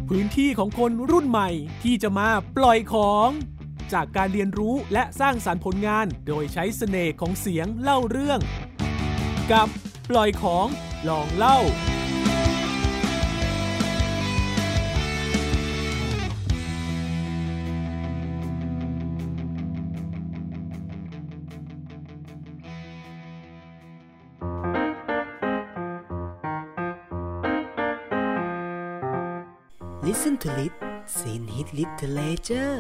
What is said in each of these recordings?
พื้นที่ของคนรุ่นใหม่ที่จะมาปล่อยของจากการเรียนรู้และสร้างสรรค์ผลงานโดยใช้เสน่ห์ของเสียงเล่าเรื่องกับปล่อยของลองเล่า Listen to Lit Scene Hit Literature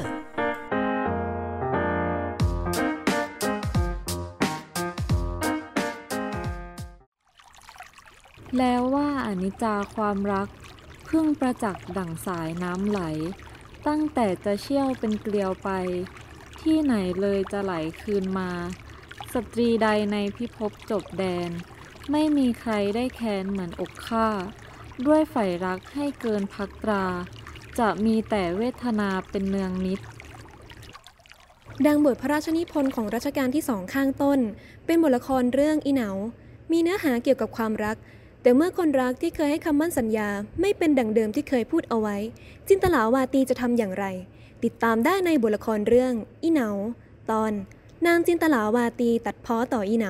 แล้วว่าอนิจจาความรักเพิ่งประจักษ์ดั่งสายน้ำไหลตั้งแต่จะเชี่ยวเป็นเกลียวไปที่ไหนเลยจะไหลคืนมาสตรีใดในพิภพจบแดนไม่มีใครได้แค้นเหมือนอกข้าด้วยใฝ่รักให้เกินพักตราจะมีแต่เวทนาเป็นเนืองนิดดังบทพระราชนิพนธ์ของรัชกาลที่2ข้างต้นเป็นบทละครเรื่องอีเหนามีเนื้อหาเกี่ยวกับความรักแต่เมื่อคนรักที่เคยให้คำมั่นสัญญาไม่เป็นดั่งเดิมที่เคยพูดเอาไว้จินตลาวาตีจะทำอย่างไรติดตามได้ในบทละครเรื่องอีเหนาตอนนางจินตลาวาตีตัดพ้อต่ออีเหนา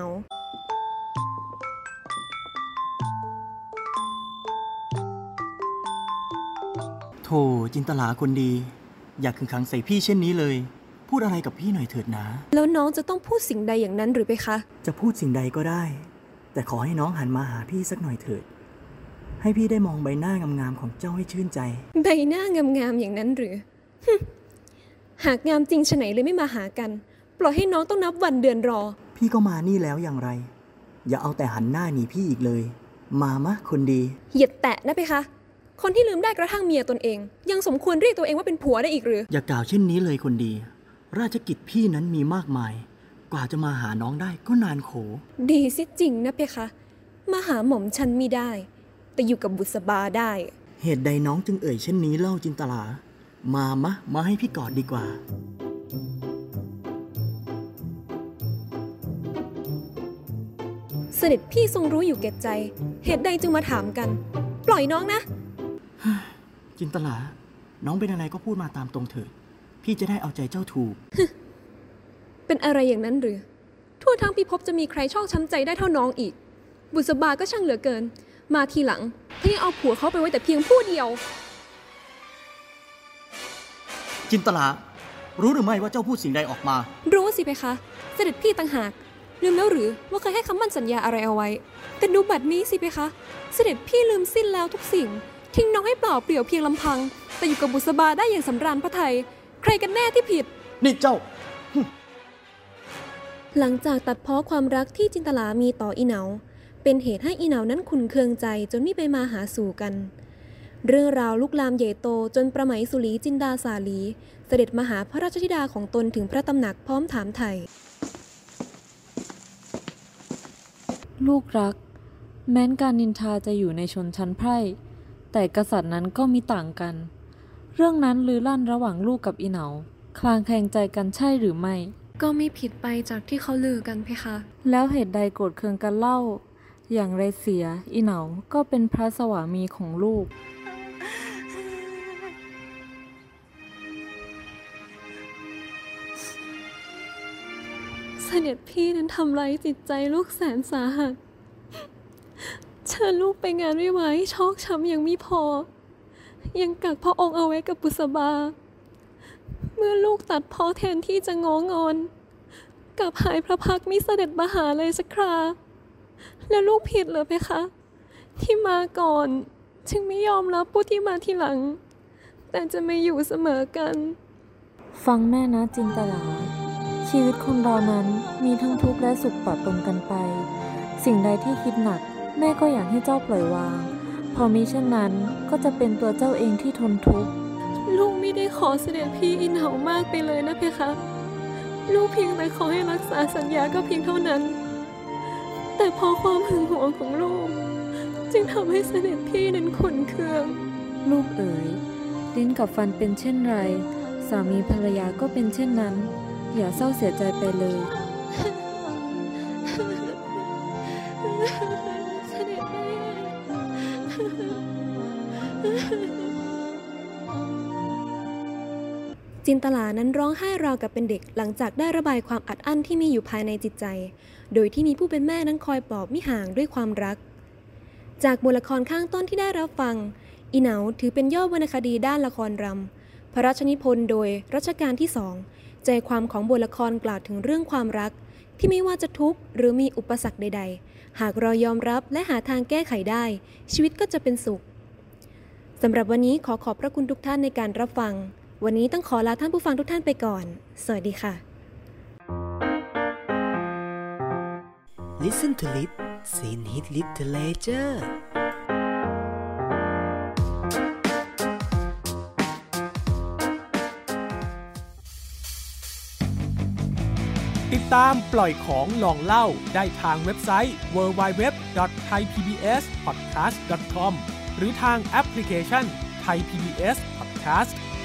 โธ่จินตลาคนดีอยากขึงขังใส่พี่เช่นนี้เลยพูดอะไรกับพี่หน่อยเถิดนะแล้วน้องจะต้องพูดสิ่งใดอย่างนั้นหรือไปคะจะพูดสิ่งใดก็ได้แต่ขอให้น้องหันมาหาพี่สักหน่อยเถิดให้พี่ได้มองใบหน้างามๆของเจ้าให้ชื่นใจใบหน้างามๆอย่างนั้นหรือ หากงามจริงฉะไหนเลยไม่มาหากันปล่อยให้น้องต้องนับวันเดือนรอพี่ก็มานี่แล้วอย่างไรอย่าเอาแต่หันหน้าหนีพี่อีกเลยมามะคนดีอย่าแตะนะเพคะคนที่ลืมได้กระทั่งเมียตนเองยังสมควรเรียกตัวเองว่าเป็นผัวได้อีกหรืออย่ากล่าวเช่นนี้เลยคนดีราชกิจพี่นั้นมีมากมายกว่าจะมาหาน้องได้ก็นานโขดีสิจริงนะเพคะมาหาหม่อมฉันไม่ได้แต่อยู่กับบุษบาได้เหตุใดน้องจึงเอ่ยเช่นนี้เล่าจินตลามมาให้พี่กอดดีกว่าเสด็จพี่ทรงรู้อยู่แก่ใจเหตุใดจึงมาถามกันปล่อยน้องนะจินตลาน้องเป็นอะไรก็พูดมาตามตรงเถิดพี่จะได้เอาใจเจ้าถูกเป็นอะไรอย่างนั้นหรือทั่วทั้งพิภพจะมีใครชอกช้ำใจได้เท่าน้องอีกบุษบาก็ช่างเหลือเกินมาทีหลังถ้ายังเอาผัวเขาไปไว้แต่เพียงผู้เดียวจินตลารู้หรือไม่ว่าเจ้าพูดสิ่งใดออกมารู้สิเพคะเสด็จพี่ต่างหากลืมแล้วหรือว่าเคยให้คำมั่นสัญญาอะไรเอาไว้แต่ดูบัดนี้สิเพคะเสด็จพี่ลืมสิ้นแล้วทุกสิ่งทิ้งน้องให้เปล่าเปลี่ยวเพียงลำพังแต่อยู่กับบุษบาได้อย่างสำราญพระทัยใครกันแน่ที่ผิดนี่เจ้าหลังจากตัดพ้อความรักที่จินตลามีต่ออีเหนาเป็นเหตุให้อีเหนานั้นขุ่นเคืองใจจนไม่ไปมาหาสู่กันเรื่องราวลุกลามใหญ่โตจนประไหมสุรีจินดาสาลีเสด็จมาหาพระราชธิดาของตนถึงพระตำหนักพร้อมถามไถ่ลูกรักแม้นการนินทาจะอยู่ในชนชั้นไพร่แต่กษัตริย์นั้นก็มีต่างกันเรื่องนั้นลือลั่นระหว่างลูกกับอีเหนาคลางแคลงใจกันใช่หรือไม่ก็ไม่ผิดไปจากที่เขาลือกันเพคะแล้วเหตุใดโกรธเคืองกันเล่าอย่างไรเสียอีเหนาก็เป็นพระสวามีของลูกเสด็จพี่นั้นทำร้ายจิตใจลูกแสนสาหัสเชิญลูกไปงานวิวาห์ชอกช้ำยังไม่พอยังกักพระองค์เอาไว้กับบุษบาเมื่อลูกตัดพ้อแทนที่จะง้องอนกลับหายพระพักตร์มิเสด็จมาหาเลยสักคราแล้วลูกผิดเหรอเพคะที่มาก่อนจึงไม่ยอมรับผู้ที่มาทีหลังแต่จะไม่อยู่เสมอกันฟังแม่นะจินตลาชีวิตคนเรานั้นมีทั้งทุกข์และสุขปะปนกันไปสิ่งใดที่คิดหนักแม่ก็อยากให้เจ้าปล่อยวางพอมิเช่นนั้นก็จะเป็นตัวเจ้าเองที่ทนทุกข์ลูกไม่ได้ขอเสด็จพี่อินเหามากไปเลยนะเพคะลูกเพียงแต่ขอให้รักษาสัญญาก็เพียงเท่านั้นแต่พอความหึงหวงของลูกจึงทำให้เสด็จพี่นั้นขุ่นเคืองลูกเอ๋ยลิ้นกับฟันเป็นเช่นไรสามีภรรยาก็เป็นเช่นนั้นอย่าเศร้าเสียใจไปเลยเจินตลานั้นร้องไห้ราวกับเป็นเด็กหลังจากได้ระบายความอัดอั้นที่มีอยู่ภายในจิตใจโดยที่มีผู้เป็นแม่นั้นคอยปลอบมิห่างด้วยความรักจากบทละครข้างต้นที่ได้รับฟังอีเหนาถือเป็นย่อวรรณคดีด้านละครรำพระราชนิพนธ์โดยรัชกาลที่2ใจความของบทละครกล่าวถึงเรื่องความรักที่ไม่ว่าจะทุกข์หรือมีอุปสรรคใดๆหากเรายอมรับและหาทางแก้ไขได้ชีวิตก็จะเป็นสุขสำหรับวันนี้ขอบพระคุณทุกท่านในการรับฟังวันนี้ต้องขอลาท่านผู้ฟังทุกท่านไปก่อนสวัสดีค่ะ Listen to Lit Scene Hit Literature ติดตามปล่อยของลองเล่าได้ทางเว็บไซต์ www.thaipbspodcast.com หรือทางแอปพลิเคชัน Thai PBS Podcast